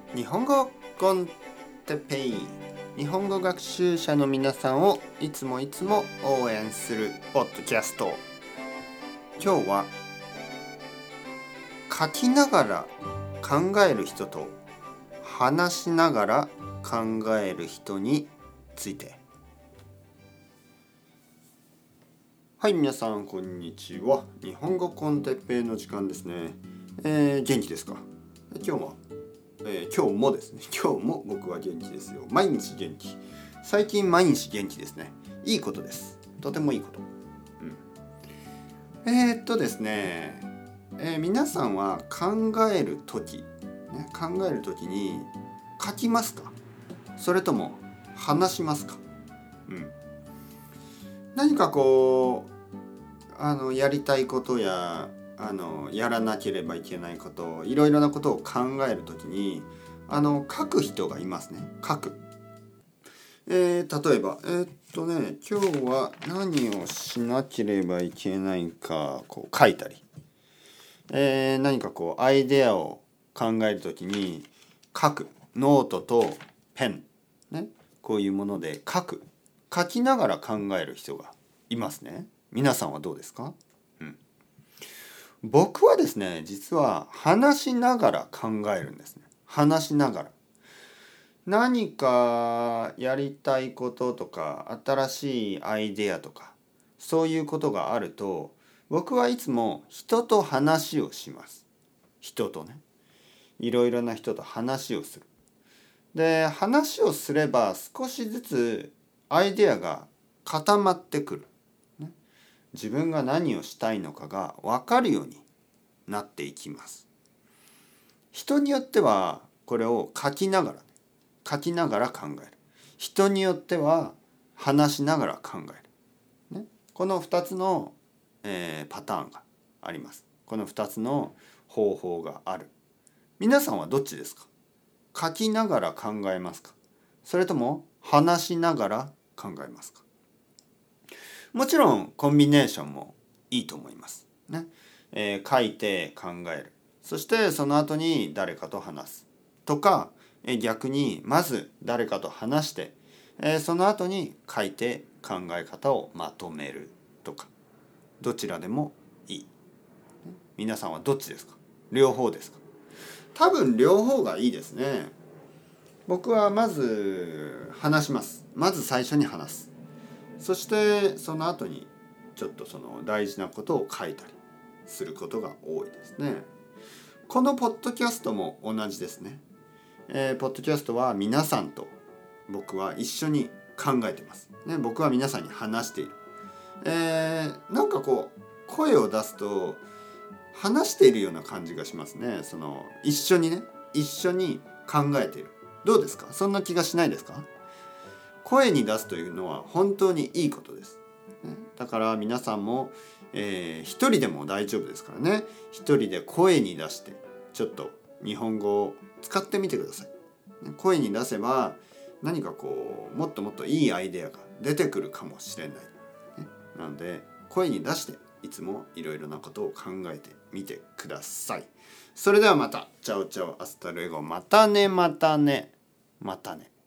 日本語コンテペイ、日本語学習者の皆さんをいつも応援するポッドキャスト。今日は書きながら考える人と話しながら考える人について。はい、皆さんこんにちは。日本語コンテペイの時間ですね。元気ですか？今日もですね。今日も僕は元気ですよ。毎日元気。最近毎日元気ですね。いいことです。とてもいいこと。ですね。皆さんは考えるときに書きますか？それとも話しますか？何かやりたいことややらなければいけないこと、いろいろなことを考えるときに書く人がいますね。書く。例えば今日は何をしなければいけないか書いたり、何かアイデアを考えるときに書く。ノートとペンね、こういうもので書きながら考える人がいますね。皆さんはどうですか？僕はですね、実は話しながら考えるんですね。話しながら。何かやりたいこととか、新しいアイデアとか、そういうことがあると、僕はいつも人と話をします。人とね。いろいろな人と話をする。で、話をすれば少しずつアイデアが固まってくる。自分が何をしたいのかが分かるようになっていきます。人によってはこれを書きながら考える。人によっては話しながら考える。この2つの、パターンがあります。この2つの方法がある。皆さんはどっちですか？書きながら考えますか？それとも話しながら考えますか？もちろんコンビネーションもいいと思いますね。書いて考える。そしてその後に誰かと話すとか、逆にまず誰かと話して、その後に書いて考え方をまとめるとか、どちらでもいい。皆さんはどっちですか？両方ですか？多分両方がいいですね。僕はまず話します。まず最初に話す。そしてその後にちょっとその大事なことを書いたりすることが多いですね。このポッドキャストも同じですね。ポッドキャストは皆さんと僕は一緒に考えてます。僕は皆さんに話している。なんか声を出すと話しているような感じがしますね。一緒に考えている。どうですか？そんな気がしないですか？声に出すというのは本当にいいことです。だから皆さんも、一人でも大丈夫ですからね。一人で声に出してちょっと日本語を使ってみてください。声に出せば何かもっともっといいアイデアが出てくるかもしれない。なので声に出していつもいろいろなことを考えてみてください。それではまた。チャオチャオアスタルエゴ。またね。